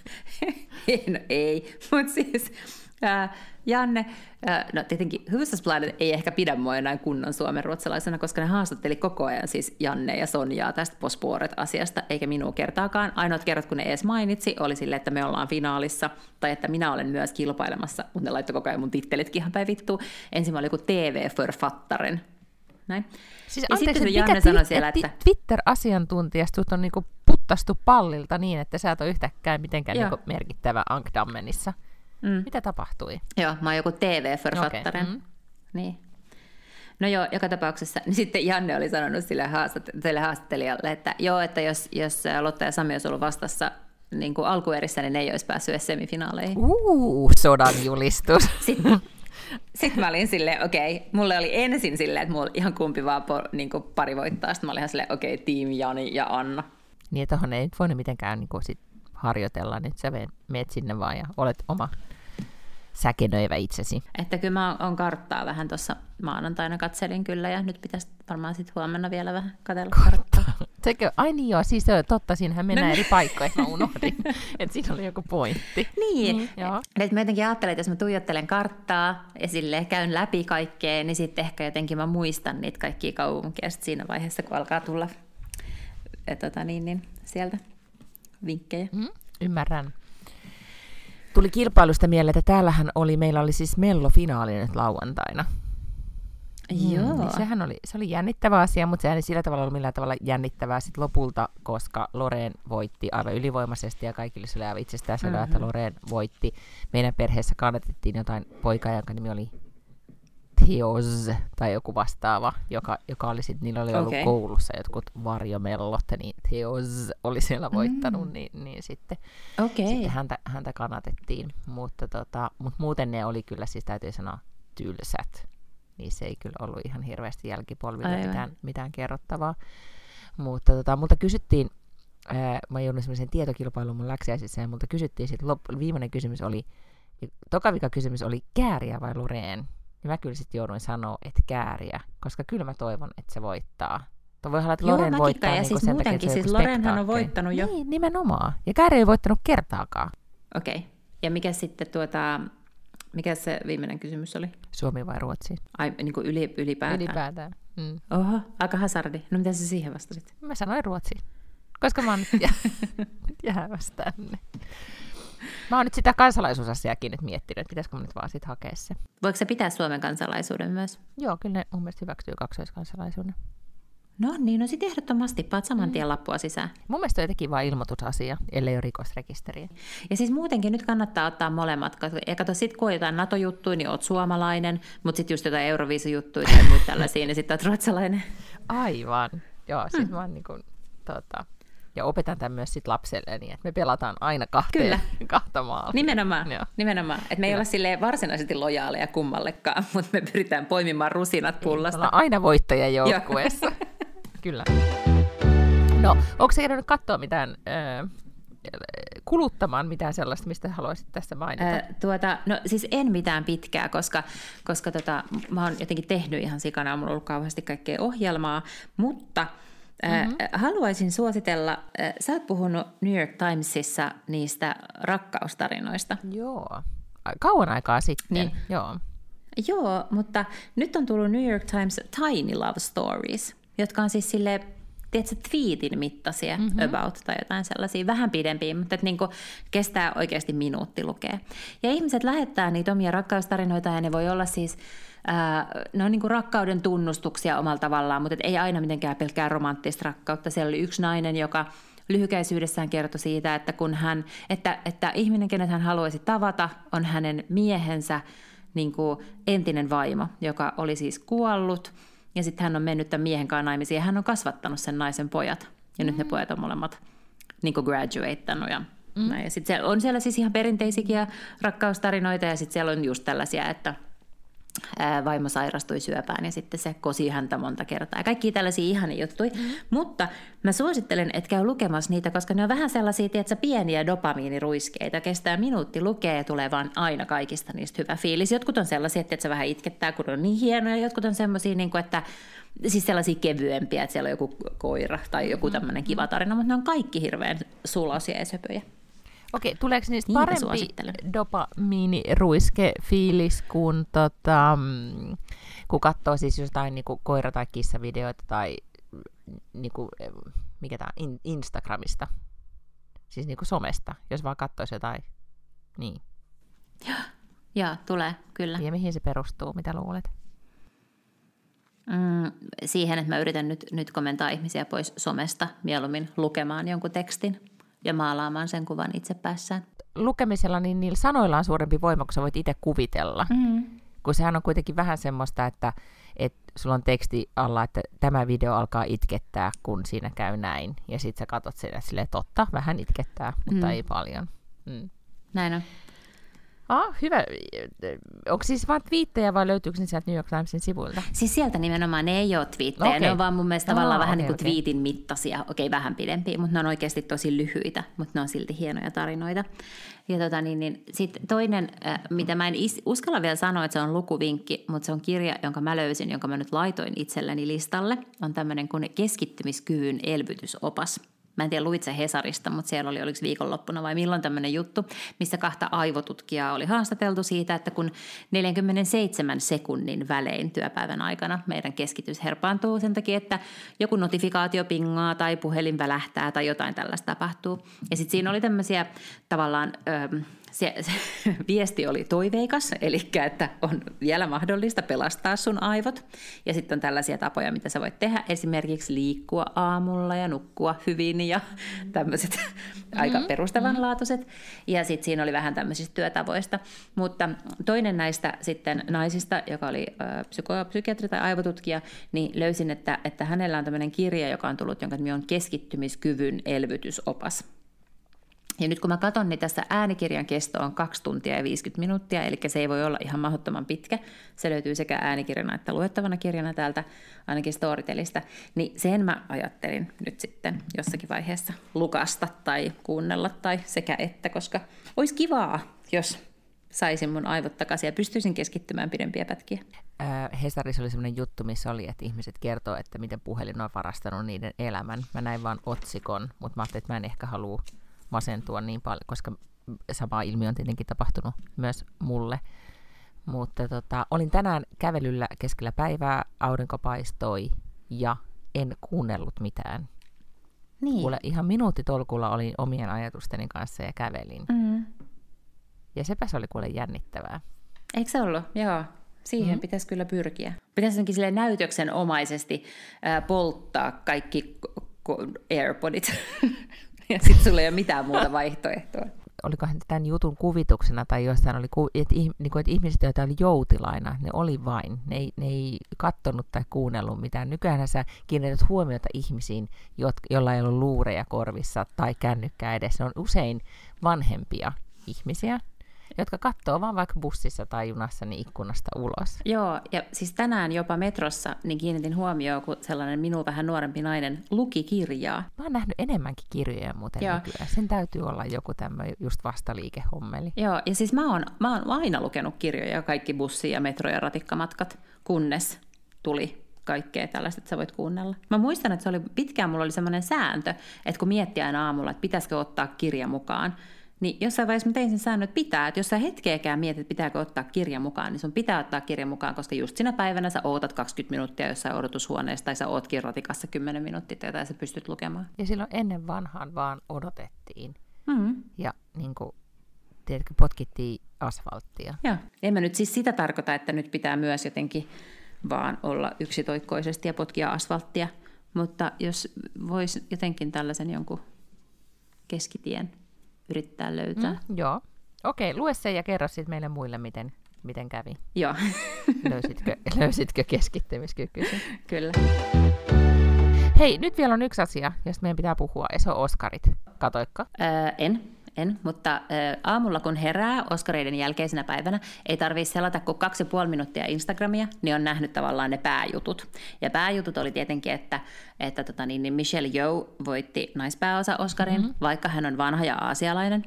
C: no ei, mutta siis äh, Janne, äh, no tietenkin Hufvudstadsbladet ei ehkä pidä mua enää kunnon suomenruotsalaisena, koska ne haastatteli koko ajan siis Janne ja Sonjaa tästä På Spåret-asiasta, eikä minua kertaakaan. Ainoat kerrat, kun ne edes mainitsi, oli sille, että me ollaan finaalissa, tai että minä olen myös kilpailemassa, mutta ne laittoi koko ajan mun tittelitkin ihan päin vittuun. Ensin mä olin joku T V-författaren. Näin.
B: Siis
C: ja
B: anteeksi,
C: sitten Janne sanoi siellä, että
B: Twitter-asiantuntijasta on niinku puttastu pallilta niin, että sä et ole yhtäkään mitenkään niinku merkittävä Ankdammenissa. Mm. Mitä tapahtui?
C: Joo, mä oon joku T V-författaren. Okay. Mm. Niin. No joo, joka tapauksessa. Niin sitten Janne oli sanonut sille, haastat- haastattelijalle, että joo, että jos, jos Lotta ja Sami olisi ollut vastassa niin kuin alkuerissä, niin ne ei olisi päässyt edes semifinaaleihin.
B: Uuu, sodan julistus.
C: Sitten, sitten mä olin silleen, okei, okay. Mulle oli ensin silleen, että mulla ihan kumpi vaan po, niin kuin pari voittaa. Sitten mä olin ihan silleen, okei, okay, team Jani ja Anna.
B: Niin, että tuohon ei nyt voinut mitenkään niin kuin sit harjoitella, niin sä meet sinne vaan ja olet oma säkenöivä itsesi.
C: Että kyllä mä oon karttaa vähän tuossa maanantaina katselin kyllä, ja nyt pitäisi varmaan sitten huomenna vielä vähän katsella karttaa.
B: Sekö? Ai niin joo, siis totta, siinähän mennään no. eri paikkoihin, mä unohdin, että siinä oli joku pointti.
C: Niin, mm, joo. Että mä jotenkin ajattelen, että jos mä tuijottelen karttaa ja silleen käyn läpi kaikkea, niin sitten ehkä jotenkin mä muistan niitä kaikkia kaupunkeja siinä vaiheessa, kun alkaa tulla et, tota, niin, niin, sieltä vinkkejä.
B: Mm, ymmärrän. Tuli kilpailusta mieleen, että täällähän oli, meillä oli siis Mello-finaali nyt lauantaina.
C: Joo.
B: Mm, sehän oli, se oli jännittävä asia, mutta sehän ei sillä tavalla ollut millään tavalla jännittävää sit lopulta, koska Loreen voitti aivan ylivoimaisesti ja kaikille se oli aivan itsestään selvää, mm-hmm. että Loreen voitti. Meidän perheessä kannatettiin jotain poikaa, jonka nimi oli Theos tai joku vastaava, joka, joka oli sitten, niillä oli ollut okay. koulussa jotkut varjomellot, niin Theos oli siellä voittanut, mm. niin, niin sitten,
C: okay.
B: sitten häntä, häntä kannatettiin. Mutta, tota, mutta muuten ne oli kyllä, siis täytyy sanoa, tylsät. Niissä ei kyllä ollut ihan hirveästi jälkipolville mitään, mitään kerrottavaa. Mutta tota, multa kysyttiin, ää, mä joudun semmoisen tietokilpailuun mun läksiäisissä, ja multa kysyttiin sitten, lop- viimeinen kysymys oli, toka vika kysymys oli Kääriä vai Loreen? Ja mä kyllä sitten jouduin sanoa, että Kääriä, koska kyllä mä toivon, että se voittaa. Tuo voi olla, että Loreen voittaa
C: ja
B: niin
C: siis
B: sen
C: muutenkin,
B: takia,
C: siis Loreenhan on voittanut jo.
B: Niin, nimenomaan. Ja Kääriä ei voittanut kertaakaan.
C: Okei. Okay. Ja mikä sitten tuota, mikä se viimeinen kysymys oli?
B: Suomi vai Ruotsi?
C: Ai, niin kuin yli, ylipäätään?
B: Ylipäätään. Mm.
C: Oho, aika hasardi. No mitä sä siihen vastasit?
B: Mä sanoin Ruotsi, koska mä oon nyt jää, jääväs tänne. Mä oon nyt sitä kansalaisuusasiaakin nyt miettinyt, että pitäisikö mä nyt vaan sit hakea se.
C: Voiko se pitää Suomen kansalaisuuden myös?
B: Joo, kyllä ne mun mielestä hyväksyy kaksoiskansalaisuuden.
C: No niin, no sit ehdottomasti paat saman tien lappua sisään.
B: Mun mielestä on jotenkin vaan ilmoitusasia, ellei ole rikosrekisteriä.
C: Ja siis muutenkin nyt kannattaa ottaa molemmat. Ja kato, sit kun on jotain NATO-juttuja, niin oot suomalainen, mutta sit just jotain Euroviisa-juttuja tai muita tällaisia, niin sit oot ruotsalainen.
B: Aivan. Joo, siis hmm. mä oon niin kuin, tota, Ja opetan tämän myös sit lapselleni, että me pelataan aina kahteen,
C: Kyllä.
B: kahta maalia.
C: Nimenomaan,
B: Joo.
C: nimenomaan. Että me ei olla silleen varsinaisesti lojaaleja kummallekaan, mutta me pyritään poimimaan rusinat pullasta.
B: Me ollaan aina voittajia joukkueessa. Kyllä. No, onko se käynyt katsoa mitään, äh, kuluttamaan mitään sellaista, mistä haluaisit tässä mainita?
C: Äh, tuota, no siis en mitään pitkää, koska, koska tota, mä oon jotenkin tehnyt ihan sikana, mulla on ollut kauheasti kaikkea ohjelmaa, mutta mm-hmm. äh, haluaisin suositella, äh, sä oot puhunut New York Timesissa niistä rakkaustarinoista.
B: Joo, kauan aikaa sitten,
C: niin.
B: joo.
C: Joo, mutta nyt on tullut New York Times Tiny Love Stories, jotka on siis silleen, tiedätkö, tweetin mittaisia mm-hmm. about tai jotain sellaisia, vähän pidempiä, mutta että niin kuin kestää oikeasti minuutti lukea. Ja ihmiset lähettää niitä omia rakkaustarinoita ja ne voi olla siis, ää, ne on niin kuin rakkauden tunnustuksia omalla tavallaan, mutta ei aina mitenkään pelkkää romanttista rakkautta. Siellä oli yksi nainen, joka lyhykäisyydessään kertoi siitä, että, kun hän, että, että ihminen, kenet hän haluaisi tavata, on hänen miehensä niin kuin entinen vaimo, joka oli siis kuollut. Ja sitten hän on mennyt tämän miehen kanssa naimisiin ja hän on kasvattanut sen naisen pojat. Ja mm. nyt ne pojat on molemmat niin kuin graduateannut. Ja, mm. ja sitten siellä on siellä siis ihan perinteisiä rakkaustarinoita ja sitten siellä on just tällaisia, että ää, vaimo sairastui syöpään ja sitten se kosi häntä monta kertaa. Ja kaikkia tällaisia ihania juttuja. Mm. Mutta mä suosittelen, että käy lukemassa niitä, koska ne on vähän sellaisia, tiedätkö, pieniä dopamiiniruiskeita. Kestää minuutti lukea ja tulee vaan aina kaikista niistä hyvä fiilis. Jotkut on sellaisia, että se vähän itkettää, kun on niin hienoja. Jotkut on sellaisia, niin kuin, että siis sellaisia kevyempiä, että siellä on joku koira tai joku tämmöinen kiva tarina, mutta ne on kaikki hirveän sulosia ja söpöjä.
B: Okei, tuleeko niistä
C: Niitä
B: parempi dopamiiniruiske-fiilis, kun, tota, kun katsoo siis jotain niin kuin koira- tai kissavideoita tai niin kuin, mikä tämä, Instagramista, siis niin kuin somesta, jos vaan katsoisi jotain, niin.
C: Joo, tulee, kyllä.
B: Ja mihin se perustuu, mitä luulet?
C: Mm, siihen, että mä yritän nyt, nyt komentaa ihmisiä pois somesta mieluummin lukemaan jonkun tekstin ja maalaamaan sen kuvan itse päässään.
B: Lukemisella niin niillä sanoilla on suurempi voima, kun sä voit itse kuvitella. Mm. Kun sehän on kuitenkin vähän semmoista, että, että sulla on teksti alla, että tämä video alkaa itkettää, kun siinä käy näin. Ja sit sä katot sen silleen, totta, vähän itkettää, mutta mm. ei paljon. Mm.
C: Näin on.
B: Ah, hyvä. Onko siis vaan twiittejä vai löytyykö ne sieltä New York Timesin sivuilta?
C: Siis sieltä nimenomaan ne ei ole twiittejä. Okay. Ne on vaan mun mielestä tavallaan oh, vähän okay, niin kuin okay. tweetin mittaisia. Okei, okay, vähän pidempiä, mutta ne on oikeasti tosi lyhyitä, mutta ne on silti hienoja tarinoita. Ja tota, niin, niin, sitten toinen, äh, mitä mä en is- uskalla vielä sanoa, että se on lukuvinkki, mutta se on kirja, jonka mä löysin, jonka mä nyt laitoin itselleni listalle. On tämmöinen kuin keskittymiskyvyn elvytysopas. Mä en tiedä, luit se Hesarista, mutta siellä oli, oliko viikonloppuna vai milloin tämmöinen juttu, missä kahta aivotutkijaa oli haastateltu siitä, että kun neljänkymmenenseitsemän sekunnin välein työpäivän aikana meidän keskitys herpaantuu sen takia, että joku notifikaatio pingaa tai puhelin välähtää tai jotain tällaista tapahtuu. Ja sitten siinä oli tämmöisiä tavallaan... Öö, Se, se viesti oli toiveikas, eli että on vielä mahdollista pelastaa sun aivot. Ja sitten on tällaisia tapoja, mitä sä voit tehdä, esimerkiksi liikkua aamulla ja nukkua hyvin ja tämmöiset mm-hmm. aika perustavanlaatuiset. Ja sitten siinä oli vähän tämmöisistä työtavoista. Mutta toinen näistä sitten naisista, joka oli äh, psyko- psykiatri tai aivotutkija, niin löysin, että, että hänellä on tämmöinen kirja, joka on tullut, jonka nimi on Keskittymiskyvyn elvytysopas. Ja nyt kun mä katson, niin tässä äänikirjan kesto on kaksi tuntia ja viisikymmentä minuuttia, eli se ei voi olla ihan mahdottoman pitkä. Se löytyy sekä äänikirjana että luettavana kirjana täältä, ainakin Storytelistä. Niin sen mä ajattelin nyt sitten jossakin vaiheessa lukasta tai kuunnella tai sekä että, koska olisi kivaa, jos saisin mun aivot takaisin ja pystyisin keskittymään pidempiä pätkiä.
B: Äh, Hesarissa oli sellainen juttu, missä oli, että ihmiset kertoo, että miten puhelin on varastanut niiden elämän. Mä näin vaan otsikon, mutta mä ajattelin, että mä en ehkä halua masentua niin paljon, koska sama ilmiö on tietenkin tapahtunut myös mulle. Mutta tota, olin tänään kävelyllä keskellä päivää, aurinko paistoi ja en kuunnellut mitään. Niin. Kuule, ihan minuuttitolkulla olin omien ajatusteni kanssa ja kävelin. Mm. Ja sepäs oli kuule jännittävää.
C: Eikö se ollut? Joo. Siihen mm. pitäisi kyllä pyrkiä. Pitäisi onkin silleen näytöksenomaisesti äh, polttaa kaikki ko- ko- AirPodit. Ja sitten sulla ei ole mitään muuta vaihtoehtoa.
B: olikohan tämän jutun kuvituksena tai jossain oli, että, niin kuin, että ihmiset, joita oli joutilaina, ne oli vain. Ne ei, ne ei kattonut tai kuunnellut mitään. Nykyään sä kiinnität huomiota ihmisiin, joilla ei ollut luureja korvissa tai kännykkää edessä. Ne on usein vanhempia ihmisiä, jotka katsoo vaan vaikka bussissa tai junassa niin ikkunasta ulos.
C: Joo, ja siis tänään jopa metrossa niin kiinnitin huomioon, kun sellainen minun vähän nuorempi nainen luki kirjaa.
B: Mä oon nähnyt enemmänkin kirjoja muuten Joo. nykyään. Sen täytyy olla joku tämmöinen just vastaliikehommeli.
C: Joo, ja siis mä oon, mä oon aina lukenut kirjoja, kaikki bussi- ja metro- ja ratikkamatkat, kunnes tuli kaikkea tällaista, että sä voit kuunnella. Mä muistan, että se oli pitkään, mulla oli semmoinen sääntö, että kun miettii aina aamulla, että pitäisikö ottaa kirja mukaan, niin jossain vaiheessa mä tein sen säännön, että pitää, että jos sä hetkeäkään mietit, että pitääkö ottaa kirja mukaan, niin sun pitää ottaa kirja mukaan, koska just sinä päivänä sä ootat kaksikymmentä minuuttia jossain odotushuoneessa, tai sä ootkin ratikassa kymmenen minuuttia, tai sä pystyt lukemaan.
B: Ja silloin ennen vanhaan vaan odotettiin.
C: Mm-hmm.
B: Ja niin kuin, tiedätkö, potkittiin asfalttia.
C: Joo, en mä nyt siis sitä tarkoita, että nyt pitää myös jotenkin vaan olla yksitoikkoisesti ja potkia asfalttia, mutta jos voisi jotenkin tällaisen jonkun keskitien yrittää löytää.
B: Mm, joo. Okei, lue se ja kerro sitten meille muille, miten, miten kävi.
C: Joo.
B: Löysitkö, löysitkö keskittymiskykyisen?
C: Kyllä.
B: Hei, nyt vielä on yksi asia, josta meidän pitää puhua, ja se on Oscarit. Katoikko?
C: Öö, en, en, mutta ö, aamulla kun herää Oscareiden jälkeisenä päivänä, ei tarvitse selata kuin kaksi ja puoli minuuttia Instagramia, niin on nähnyt tavallaan ne pääjutut. Ja pääjutut oli tietenkin, että, että tota niin, niin Michelle Yeoh voitti naispääosa Oscarin, mm-hmm. vaikka hän on vanha ja aasialainen.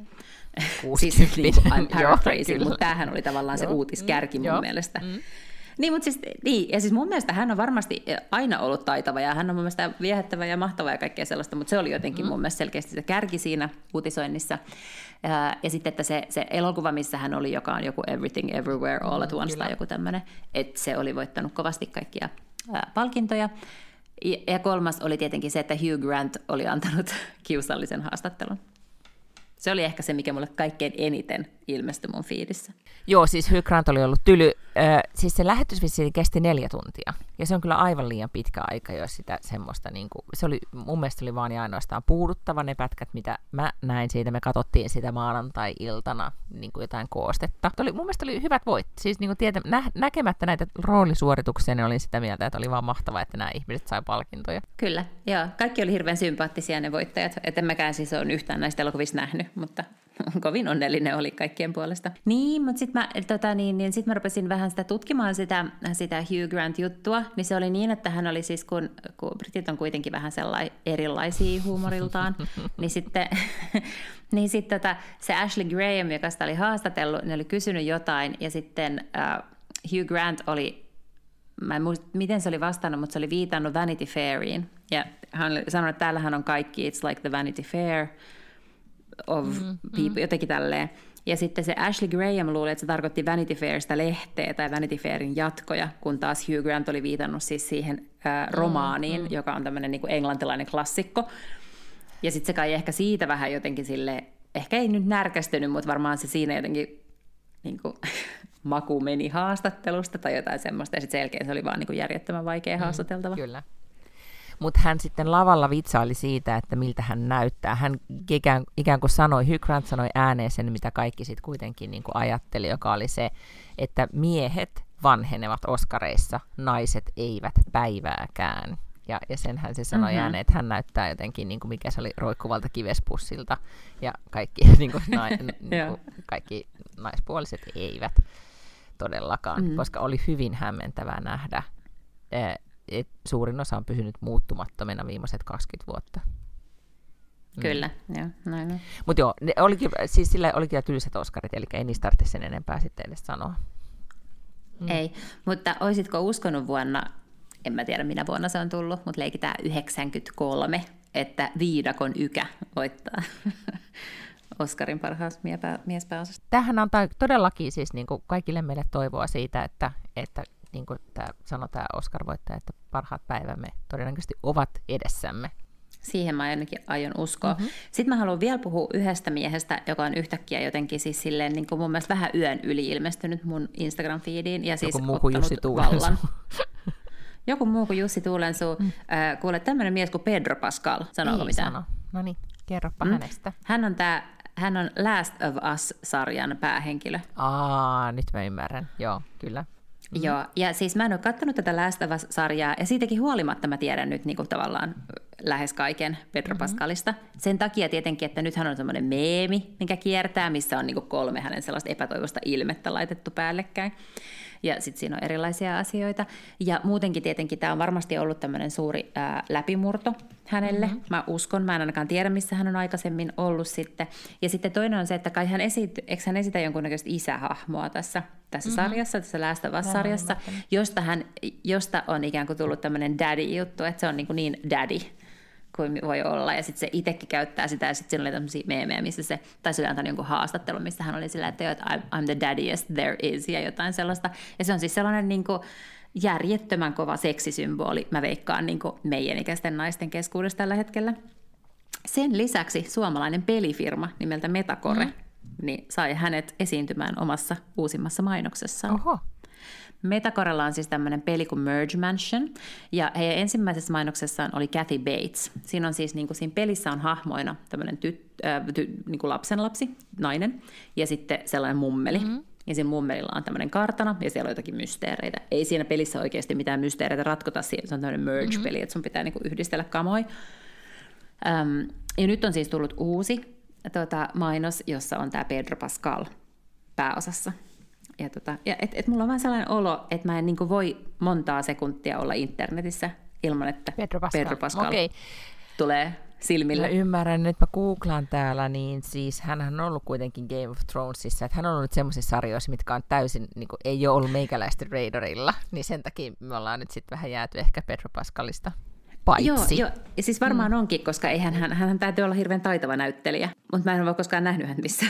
C: Siis niin, I'm paraphrasing, mutta tämähän oli tavallaan se uutiskärki mun mielestä. Mm. Niin, mutta siis, niin, ja siis mun mielestä hän on varmasti aina ollut taitava ja hän on mun mielestä viehättävä ja mahtava ja kaikkea sellaista, mutta se oli jotenkin mm. mun mielestä selkeästi se kärki siinä uutisoinnissa. Ja, ja sitten, että se, se elokuva, missä hän oli, joka on joku Everything Everywhere All at Once mm, tai joku tämmöinen, että se oli voittanut kovasti kaikkia ää, palkintoja. Ja, ja kolmas oli tietenkin se, että Hugh Grant oli antanut kiusallisen haastattelun. Se oli ehkä se, mikä mulle kaikkein eniten ilmestyi mun fiidissä.
B: Joo, siis Hugh Grant oli ollut tyly. Äh, siis se lähetys vissiin kesti neljä tuntia. Ja se on kyllä aivan liian pitkä aika, jos sitä semmoista, niin kuin, se oli, mun mielestä oli vaan ja ainoastaan puuduttava ne pätkät, mitä mä näin siitä. Me katsottiin sitä maanantai-iltana niin kuin jotain koostetta. Oli, mun mielestä oli hyvät voit. Siis niin kuin tietä, nä, näkemättä näitä roolisuorituksia, niin olin sitä mieltä, että oli vaan mahtavaa, että nämä ihmiset sai palkintoja.
C: Kyllä, joo. Kaikki oli hirveän sympaattisia ne voittajat. Et en mäkään siis ole yhtään näistä elokuvista nähnyt, mutta kovin onnellinen oli kaikkien puolesta. Niin, mutta sitten mä, tota, niin, niin sit mä rupesin vähän sitä tutkimaan sitä, sitä Hugh Grant-juttua, niin se oli niin, että hän oli siis, kun, kun britit on kuitenkin vähän sellainen erilaisia huumoriltaan, niin sitten niin sit, tota, se Ashley Graham, joka sitä oli haastatellut, ne oli kysynyt jotain, ja sitten uh, Hugh Grant oli, mä en muista, miten se oli vastannut, mutta se oli viitannut Vanity Fairiin, ja hän sanoi, että täällähän on kaikki, it's like the Vanity Fair of mm, people, mm. jotenkin tälleen. Ja sitten se Ashley Graham luuli, että se tarkoitti Vanity Fairista lehteä tai Vanity Fairin jatkoja, kun taas Hugh Grant oli viitannut siis siihen ää, romaaniin, mm, mm. joka on tämmöinen niin kuin englantilainen klassikko. Ja sitten se kai ehkä siitä vähän jotenkin sille, ehkä ei nyt närkästynyt, mutta varmaan se siinä jotenkin niin kuin, maku meni haastattelusta tai jotain semmoista. Ja sitten selkeä se oli vaan niin kuin järjettömän vaikea mm, haastateltava.
B: Kyllä. Mutta hän sitten lavalla vitsaili siitä, että miltä hän näyttää. Hän ikään, ikään kuin sanoi, Hugh Grant sanoi ääneen sen, mitä kaikki sitten kuitenkin niin kuin ajatteli, joka oli se, että miehet vanhenevat Oscareissa, naiset eivät päivääkään. Ja, ja senhän se sanoi mm-hmm. ääneen, että hän näyttää jotenkin, niin kuin mikä se oli, roikkuvalta kivespussilta, ja kaikki, niin kuin, na, niin kuin, kaikki naispuoliset eivät todellakaan, mm-hmm. koska oli hyvin hämmentävää nähdä, et suurin osa on pysynyt muuttumattomena viimeiset kaksikymmentä vuotta.
C: Kyllä, mm. joo, näin on.
B: Mutta joo, ne olikin, siis sillä olikin tylsät Oscarit, eli ei niistä tarvitse sen enempää sitten edes sanoa.
C: Mm. Ei, mutta olisitko uskonut vuonna, en mä tiedä minä vuonna se on tullut, mutta leikitään yhdeksänkymmentäkolme, että Viidakon Ykä voittaa Oscarin parhaasta miespääosasta.
B: Tämähän antaa todellakin siis niin kuin kaikille meille toivoa siitä, että, että niin kuin tämä sanoi tämä Oscar-voittaja, että parhaat päivämme todennäköisesti ovat edessämme.
C: Siihen mä ainakin aion uskoa. Mm-hmm. Sitten mä haluan vielä puhua yhdestä miehestä, joka on yhtäkkiä jotenkin siis silleen niin kuin mun mielestä vähän yön yli ilmestynyt mun Instagram-feediin. Ja siis
B: joku muu kuin Jussi Tuulensuu.
C: Joku muu kuin Jussi Tuulensuu. Mm. Äh, kuule, tämmöinen mies kuin Pedro Pascal. Sanooko
B: Ei
C: mitään?
B: Sano. No niin, kerropa
C: mm.
B: hänestä.
C: Hän on tämä hän on Last of Us-sarjan päähenkilö.
B: Aa, nyt mä ymmärrän. Joo, kyllä.
C: Mm-hmm. Joo, ja siis mä en ole katsonut tätä Last of Us-sarjaa, ja siitäkin huolimatta mä tiedän nyt niin kuin tavallaan lähes kaiken Pedro Pascalista. Mm-hmm. Sen takia tietenkin, että nythän on semmoinen meemi, mikä kiertää, missä on niin kuin kolme hänen sellaista epätoivoista ilmettä laitettu päällekkäin. Ja sitten siinä on erilaisia asioita. Ja muutenkin tietenkin tämä on varmasti ollut tämmöinen suuri ää, läpimurto hänelle. Mm-hmm. Mä uskon, mä en ainakaan tiedä, missä hän on aikaisemmin ollut sitten. Ja sitten toinen on se, että kai hän esity, eikö hän esitä jonkunnäköistä isähahmoa tässä, tässä mm-hmm. sarjassa, tässä Last of Us-sarjassa, josta, hän, josta on ikään kuin tullut tämmöinen daddy-juttu, että se on niin, kuin niin daddy kuin voi olla, ja sitten se itsekin käyttää sitä, ja sitten siinä oli tämmöisiä meemejä, missä se, tai se oli antanut jonkun haastattelun, missä hän oli sillä, että I'm the daddiest there is, ja jotain sellaista, ja se on siis sellainen niin kuin järjettömän kova seksisymboli, mä veikkaan niin kuin meidän ikäisten naisten keskuudessa tällä hetkellä. Sen lisäksi suomalainen pelifirma nimeltä Metacore, mm-hmm. niin sai hänet esiintymään omassa uusimmassa mainoksessaan.
B: Oho.
C: Metacorella on siis tämmöinen peli kuin Merge Mansion, ja heidän ensimmäisessä mainoksessaan oli Kathy Bates. Siinä on siis, niin kuin siinä pelissä on hahmoina tämmöinen tyt, äh, ty, niin kuin lapsenlapsi, nainen, ja sitten sellainen mummeli. Mm-hmm. Ja siinä mummelilla on tämmöinen kartana, ja siellä on jotakin mysteereitä. Ei siinä pelissä oikeasti mitään mysteereitä ratkota, se on tämmöinen merge-peli, mm-hmm. että sun pitää niin kuin yhdistellä kamoja. Ähm, ja nyt on siis tullut uusi tota, mainos, jossa on tämä Pedro Pascal pääosassa. Ja, tota, ja et, et mulla on vaan sellainen olo, että mä en niin kuin voi montaa sekuntia olla internetissä ilman, että
B: Pedro Pascal,
C: Pedro Pascal
B: okay.
C: tulee silmille.
B: Mä ymmärrän, nyt mä googlaan täällä, niin siis hänhän on ollut kuitenkin Game of Thronesissa, että hän on ollut semmoisissa sarjoissa, mitkä on täysin, niin kuin, ei ole ollut meikäläisten radarilla, niin sen takia me ollaan nyt sitten vähän jääty ehkä Pedro Pascalista paitsi.
C: Joo, joo. Ja siis varmaan mm. onkin, koska eihän hän, hän täytyy olla hirveän taitava näyttelijä, mutta mä en ole koskaan nähnyt hän missään.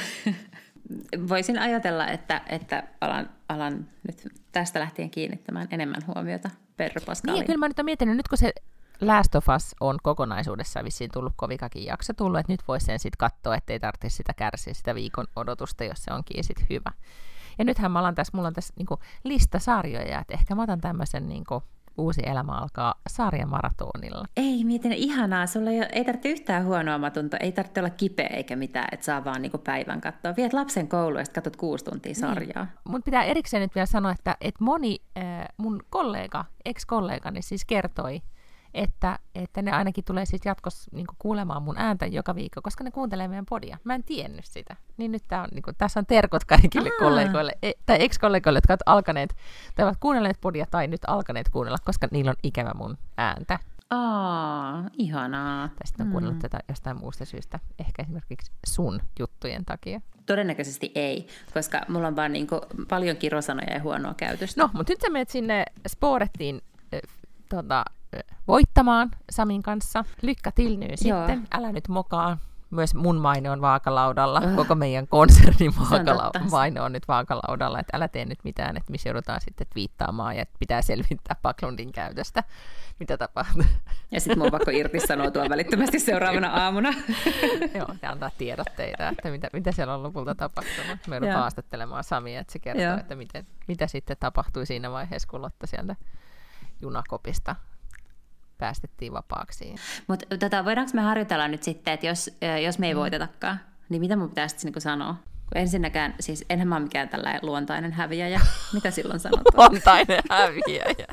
C: Voisin ajatella, että, että alan, alan nyt tästä lähtien kiinnittämään enemmän huomiota Pedro Pascaliin.
B: Niin, kyllä mä nyt olen miettinyt, nyt kun se Last of Us on kokonaisuudessaan vissiin tullut kovikakin jakso tullut, että nyt voisi sen sitten katsoa, ettei tarvitse sitä kärsiä sitä viikon odotusta, jos se onkin sitten hyvä. Ja nythän mä alan tässä, mulla on tässä niinku listasarjoja, että ehkä mä otan tämmöisen niinku uusi elämä alkaa sarjamaratonilla.
C: Ei, miten ihanaa. Sulla ei, ei tarvitse yhtään huonoa matuntoa, ei tarvitse olla kipeä eikä mitään, että saa vaan niinku päivän katsoa. Viet lapsen kouluun ja katsot kuusi tuntia sarjaa. Niin.
B: Mun pitää erikseen nyt vielä sanoa, että, että moni äh, mun kollega, ex-kollegani siis kertoi, että, että ne ainakin tulee sitten jatkossa niinku kuulemaan mun ääntä joka viikko, koska ne kuuntelee meidän podia. Mä en tiennyt sitä. Niin nyt tää on, niinku, tässä on terkot kaikille Aa. kollegoille, e, tai ex-kollegoille, jotka ovat alkaneet, tai ovat kuunnelleet podia, tai nyt alkaneet kuunnella, koska niillä on ikävä mun ääntä.
C: Aa, ihanaa.
B: Tai sitten on kuunnellut mm. tätä jostain muusta syystä, ehkä esimerkiksi sun juttujen takia.
C: Todennäköisesti ei, koska mulla on vaan niinku paljon kirosanoja ja huonoa käytöstä.
B: No, mutta nyt sä menet sinne Sporettiin äh, tota, voittamaan Samin kanssa. Lykkä till nu sitten. Älä nyt mokaa. Myös mun maine on vaakalaudalla. Uh. Koko meidän konsernin vaakala- maine on nyt vaakalaudalla. Että älä tee nyt mitään, että missä joudutaan sitten twiittaamaan ja pitää selvittää Backlundin käytöstä, mitä tapahtuu.
C: Ja sitten mun on pakko irtisanoutua välittömästi seuraavana aamuna.
B: Joo, ja antaa tiedotteita, että mitä, mitä siellä on lopulta tapahtunut. Me joudun haastattelemaan Samia, että se kertoo, Joo. että miten, mitä sitten tapahtui siinä vaiheessa, kun Lotta sieltä junakopista päästettiin vapaaksi.
C: Mutta tota, voidaanko me harjoitella nyt sitten, että jos, jos me ei mm. voitetakaan, niin mitä mun pitäisi sitten niinku sanoa? Kun ensinnäkään, siis enhän mä ole mikään tällainen luontainen häviäjä. Mitä silloin sanotaan?
B: Luontainen häviäjä.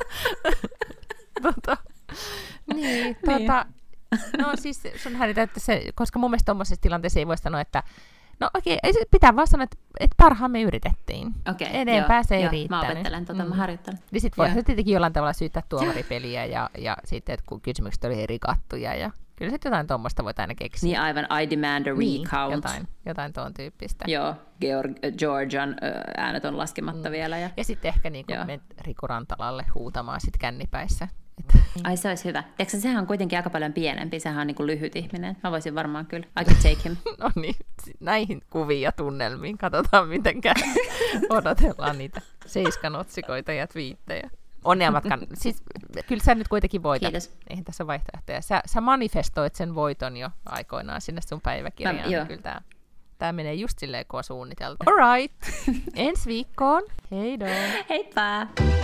B: tota, niin, tota, no siis sun häiritä, että se, koska mun mielestä tuommoisessa tilanteessa ei voi sanoa, että no okei, okay, pitää vaan sanoa, että, että parhaamme yritettiin.
C: Okay,
B: Enempää se ei
C: joo,
B: riittänyt.
C: Mä opettelen, tota, mm. mä harjoittelen.
B: Niin sit voi tietenkin jollain tavalla syyttää tuomaripeliä ja, ja sitten, että kun kysymykset oli rikattuja ja kyllä sitten jotain tuommoista voit aina keksiä.
C: Niin aivan, I demand a recount.
B: Niin, jotain, jotain tuon tyyppistä.
C: Joo, Georg, Georgian äänet on laskematta mm. vielä. Ja,
B: ja sitten ehkä niin menet Riku Rantalalle huutamaan sit kännipäissä.
C: Ai se olisi hyvä. Tiedätkö, sehän on kuitenkin aika paljon pienempi, sehän on niin kuin lyhyt ihminen. Mä voisin varmaan kyllä, I could take him.
B: No niin, näihin kuviin ja tunnelmiin, katsotaan mitenkään. Odotellaan niitä seiskan otsikoita ja twiittejä. Onnea matkan. Siis, kyllä sä nyt kuitenkin voitat.
C: Kiitos.
B: Eihän tässä vaihtoehtoja. Sä, sä manifestoit sen voiton jo aikoinaan sinne sun päiväkirjaan. Mä, niin kyllä tää, tää menee just silleen, kun on suunniteltu. All right. Ensi viikkoon. Heidoo.
C: Heippa.